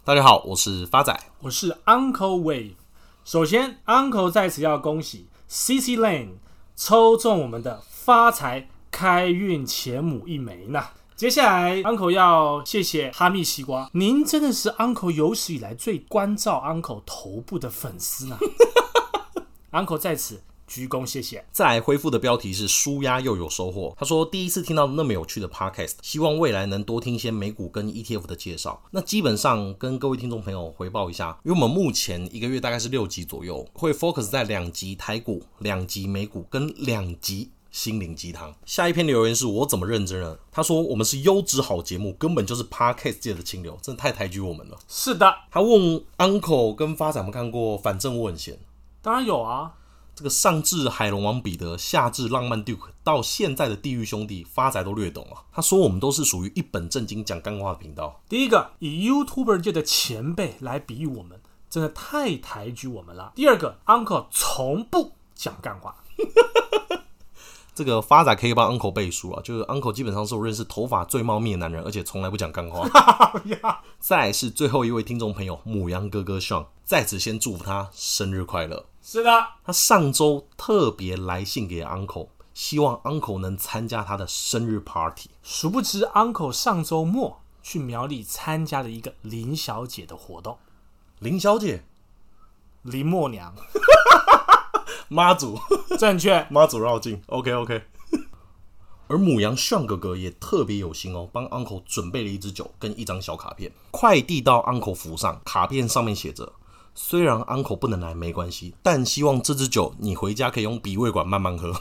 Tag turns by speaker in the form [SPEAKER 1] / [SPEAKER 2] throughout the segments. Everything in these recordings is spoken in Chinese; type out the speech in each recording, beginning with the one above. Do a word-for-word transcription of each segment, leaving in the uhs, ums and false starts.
[SPEAKER 1] 大家好，我是发仔，
[SPEAKER 2] 我是 Uncle Wave。首先 Uncle 在此要恭喜 C C Lane 抽中我们的发财开运钱母一枚呢。接下来 Uncle 要谢谢哈密西瓜，您真的是 Uncle 有史以来最关照 Uncle 头部的粉丝呢。Uncle 在此鞠躬谢谢。
[SPEAKER 1] 再来恢复的标题是舒压又有收获。他说第一次听到那么有趣的 podcast， 希望未来能多听一些美股跟 E T F 的介绍。那基本上跟各位听众朋友回报一下，因为我们目前一个月大概是六集左右，会 focus 在两集台股、两集美股跟两集心灵鸡汤。下一篇留言是我怎么认真了？他说我们是优质好节目，根本就是 podcast 界的清流，真的太抬举我们了。
[SPEAKER 2] 是的。
[SPEAKER 1] 他问 Uncle 跟发展有没有看过反正我很闲？
[SPEAKER 2] 当然有啊。
[SPEAKER 1] 这个上至海龙王彼得，下至浪漫 Duke， 到现在的地狱兄弟，发仔都略懂啊。他说我们都是属于一本正经讲干话的频道。
[SPEAKER 2] 第一个，以 YouTuber 界的前辈来比喻我们，真的太抬举我们了。第二个 ，Uncle 从不讲干话。
[SPEAKER 1] 这个发仔可以帮 Uncle 背书啊，就是 Uncle 基本上是我认识头发最茂密的男人，而且从来不讲干话。再来是最后一位听众朋友母羊哥哥 Sean， 在此先祝福他生日快乐。
[SPEAKER 2] 是的，
[SPEAKER 1] 他上周特别来信给 Uncle， 希望 Uncle 能参加他的生日 party。
[SPEAKER 2] 殊不知 Uncle 上周末去苗栗参加了一个林小姐的活动。
[SPEAKER 1] 林小姐，
[SPEAKER 2] 林默娘，
[SPEAKER 1] 妈祖，
[SPEAKER 2] 正确，
[SPEAKER 1] 妈祖绕境。OK OK。而母羊炫哥哥也特别有心哦，帮 Uncle 准备了一支酒跟一张小卡片，快递到 Uncle 府上。卡片上面写着：虽然 Uncle 不能来没关系，但希望这支酒你回家可以用鼻胃管慢慢喝。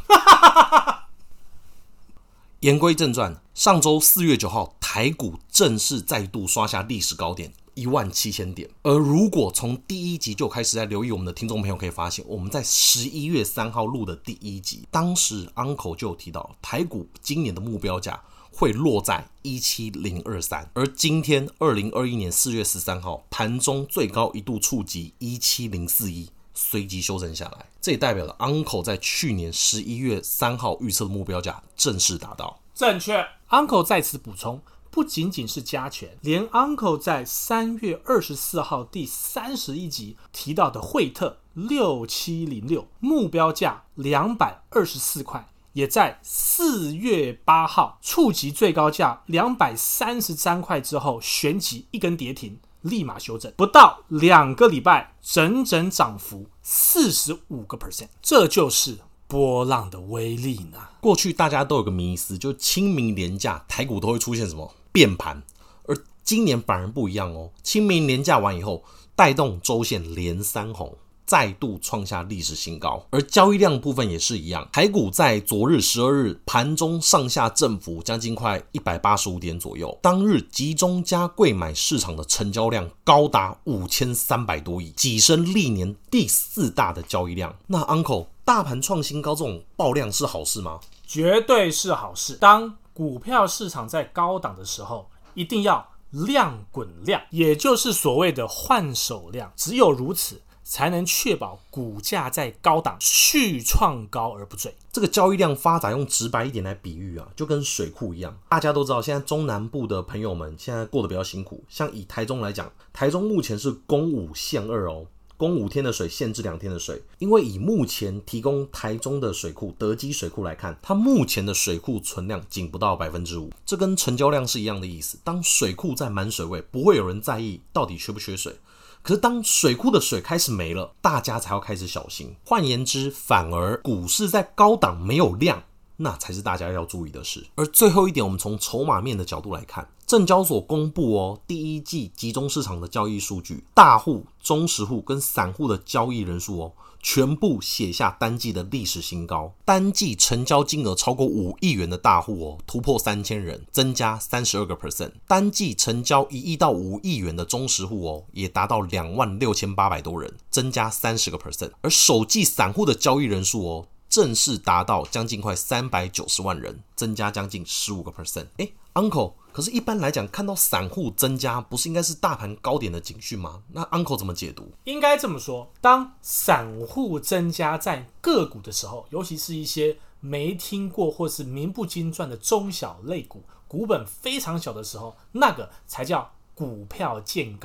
[SPEAKER 1] 言归正传，上周四月九号，台股正式再度刷下历史高点一万七千点。而如果从第一集就开始在留意我们的听众朋友可以发现，我们在十一月三号录的第一集，当时 Uncle 就有提到台股今年的目标价会落在一七零二三，而今天二零二一年四月十三号盘中最高一度触及一七零四一，随即修正下来。这也代表了 Uncle 在去年十一月三号预测的目标价正式达到。
[SPEAKER 2] 正确。 Uncle 在此补充，不仅仅是加权，连 Uncle 在三月二十四号第三十一集提到的惠特六七零六目标价两百二十四块，也在四月八号触及最高价两百三十三块之后旋即一根跌停，立马修正，不到两个礼拜整整涨幅 百分之四十五， 这就是波浪的威力呢。
[SPEAKER 1] 过去大家都有个迷思，就清明连假台股都会出现什么变盘，而今年反而不一样哦。清明连假完以后，带动周线连三红，再度创下历史新高。而交易量部分也是一样，台股在昨日十二日盘中上下振幅将近快一百八十五点左右，当日集中加柜买市场的成交量高达五千三百多亿，跻身历年第四大的交易量。那 Uncle， 大盘创新高这种爆量是好事吗？
[SPEAKER 2] 绝对是好事。当股票市场在高档的时候，一定要量滚量，也就是所谓的换手量，只有如此才能确保股价在高档续创高而不坠。
[SPEAKER 1] 这个交易量发展用直白一点来比喻啊，就跟水库一样。大家都知道现在中南部的朋友们现在过得比较辛苦，像以台中来讲，台中目前是供五限二哦，供五天的水，限制两天的水。因为以目前提供台中的水库德基水库来看，它目前的水库存量仅不到 百分之五， 这跟成交量是一样的意思。当水库在满水位，不会有人在意到底缺不缺水，可是当水库的水开始没了，大家才要开始小心。换言之，反而股市在高档没有量，那才是大家要注意的事。而最后一点，我们从筹码面的角度来看，证交所公布哦，第一季集中市场的交易数据，大户、中实户跟散户的交易人数哦，全部写下单季的历史新高。单季成交金额超过五亿元的大户哦，突破三千人，增加 百分之三十二。单季成交一亿到五亿元的中实户哦，也达到两万六千八百多人，增加 百分之三十。而首季散户的交易人数哦，正式达到将近快三百九十万人，增加将近 百分之十五。诶 Uncle， 可是一般来讲，看到散户增加，不是应该是大盘高点的警讯吗？那 Uncle 怎么解读？
[SPEAKER 2] 应该这么说，当散户增加在个股的时候，尤其是一些没听过或是名不经传的中小类股，股本非常小的时候，那个才叫股票见高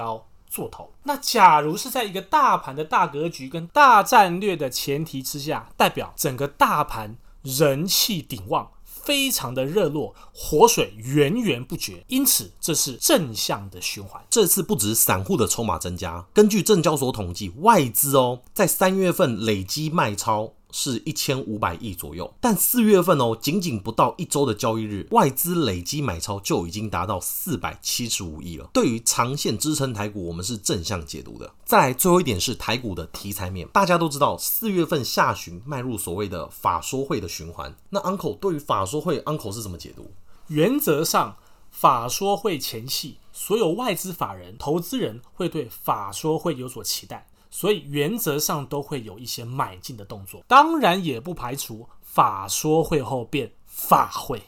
[SPEAKER 2] 做头。那假如是在一个大盘的大格局跟大战略的前提之下，代表整个大盘人气鼎旺，非常的热络，活水源源不绝，因此这是正向的循环。
[SPEAKER 1] 这次不止散户的筹码增加，根据证交所统计，外资哦在三月份累积卖超是一千五百亿左右，但四月份哦，仅仅不到一周的交易日，外资累积买超就已经达到四百七十五亿了。对于长线支撑台股，我们是正向解读的。再来，最后一点是台股的题材面。大家都知道，四月份下旬迈入所谓的法说会的循环。那 Uncle 对于法说会 ，Uncle 是怎么解读？
[SPEAKER 2] 原则上，法说会前夕，所有外资法人、投资人会对法说会有所期待。所以原则上都会有一些买进的动作，当然也不排除法说会后变法会。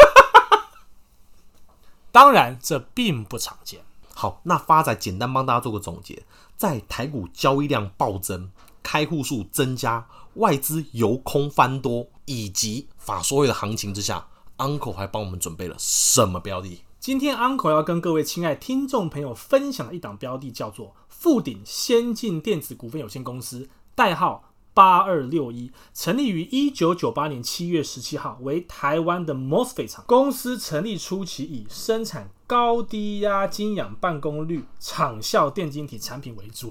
[SPEAKER 2] 当然这并不常见。
[SPEAKER 1] 好，那发仔简单帮大家做个总结，在台股交易量暴增、开户数增加、外资由空翻多以及法说会的行情之下， Uncle 还帮我们准备了什么标的？
[SPEAKER 2] 今天 Uncle 要跟各位亲爱听众朋友分享的一档标的叫做富鼎先进电子股份有限公司，代号八二六一，成立于一九九八年七月十七号，为台湾的 M O S F E T 厂。公司成立初期以生产高低压晶氧办公率场效电晶体产品为主。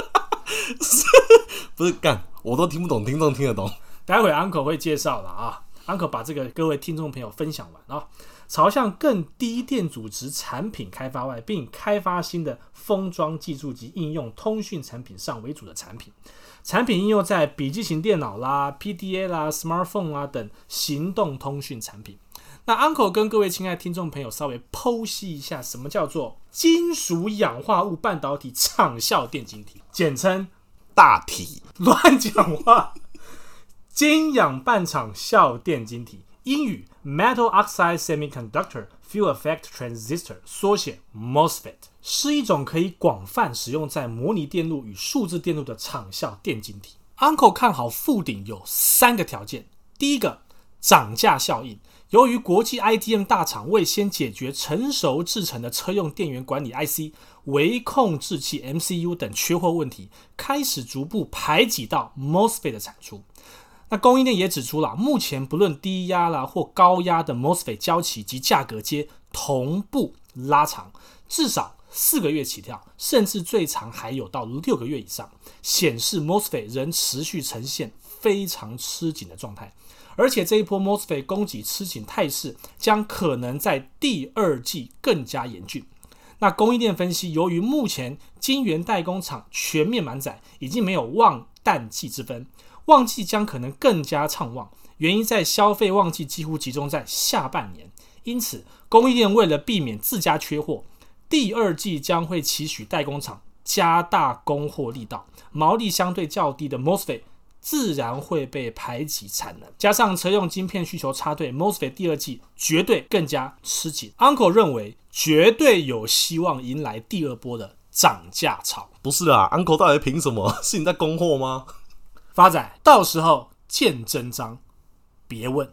[SPEAKER 1] 不是干，我都听不懂，听众听得懂。
[SPEAKER 2] 待会 Uncle 会介绍了啊 ，Uncle 把这个各位听众朋友分享完啊。朝向更低电阻值产品开发外，并开发新的封装技术及应用通讯产品上为主的产品。产品应用在笔记型电脑啦、P D A 啦、Smartphone 啦等行动通讯产品。那 Uncle 跟各位亲爱的听众朋友稍微剖析一下，什么叫做金属氧化物半导体场效电晶体，简称
[SPEAKER 1] 大体。
[SPEAKER 2] 乱讲话。晶氧半场效电晶体，英语 Metal Oxide Semiconductor Field Effect Transistor， 缩写 M O S F E T， 是一种可以广泛使用在模拟电路与数字电路的场效电晶体。Uncle 看好富鼎有三个条件。第一个，涨价效应。由于国际 I D M 大厂未先解决成熟制成的车用电源管理 I C、微控制器 M C U 等缺货问题，开始逐步排挤到 M O S F E T 的产出。那供应链也指出了，目前不论低压啦或高压的 M O S F E T 交期及价格皆同步拉长，至少四个月起跳，甚至最长还有到六个月以上，显示 M O S F E T 仍持续呈现非常吃紧的状态。而且这一波 M O S F E T 供给吃紧态势将可能在第二季更加严峻。那供应链分析，由于目前晶圆代工厂全面满载，已经没有旺淡季之分，旺季将可能更加畅旺，原因在消费旺季几乎集中在下半年，因此供应链为了避免自家缺货，第二季将会期许代工厂加大供货力道，毛利相对较低的 M O S F E T 自然会被排挤产能，加上车用晶片需求插队， M O S F E T 第二季绝对更加吃紧。 Uncle 认为绝对有希望迎来第二波的涨价潮。
[SPEAKER 1] 不是啊 Uncle 到底凭什么？是你在供货吗？
[SPEAKER 2] 发仔，到时候见真章，别问。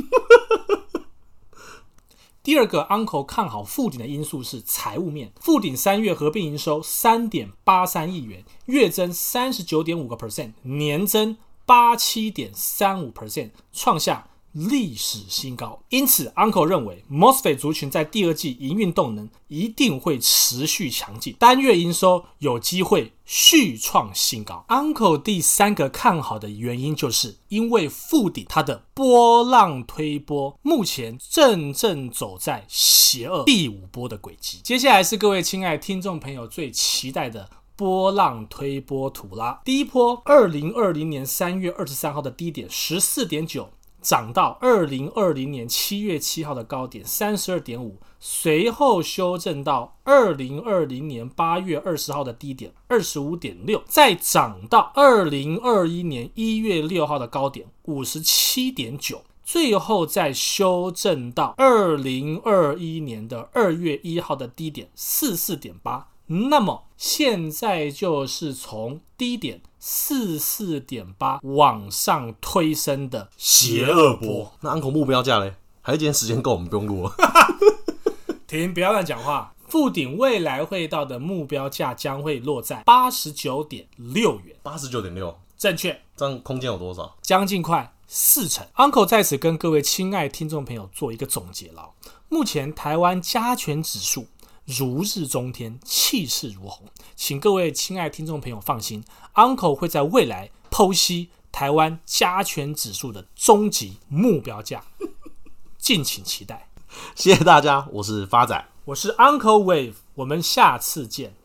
[SPEAKER 2] 第二个 Uncle 看好富鼎的因素是财务面。富鼎三月合并营收 三点八三亿元，月增 百分之三十九点五， 年增 百分之八十七点三五， 创下历史新高。因此 Uncle 认为 M O S F E T 族群在第二季营运动能一定会持续强劲，单月营收有机会续创新高。 Uncle 第三个看好的原因，就是因为富鼎它的波浪推波目前正正走在邪恶第五波的轨迹。接下来是各位亲爱的听众朋友最期待的波浪推波图啦。第一波二零二零年三月二十三号的低点 十四点九，涨到二零二零年七月七号的高点 三十二点五， 随后修正到二零二零年八月二十号的低点 二十五点六， 再涨到二零二一年一月六号的高点 五十七点九， 最后再修正到二零二一年的二月一号的低点 四十四点八。那么现在就是从低点 四十四点八 往上推升的邪恶波。
[SPEAKER 1] 那 Uncle 目标价嘞？还是今天时间够，我们不用录了？
[SPEAKER 2] 停，不要乱讲话。 富鼎未来会到的目标价将会落在八十九点六元。
[SPEAKER 1] 八十九点六，
[SPEAKER 2] 正确。
[SPEAKER 1] 这样空间有多少？
[SPEAKER 2] 将近快四成。Uncle 在此跟各位亲爱听众朋友做一个总结了。目前台湾加权指数如日中天，气势如虹，请各位亲爱听众朋友放心 ，Uncle 会在未来剖析台湾加权指数的终极目标价，敬请期待。
[SPEAKER 1] 谢谢大家，我是发仔，
[SPEAKER 2] 我是 Uncle Wave，我们下次见。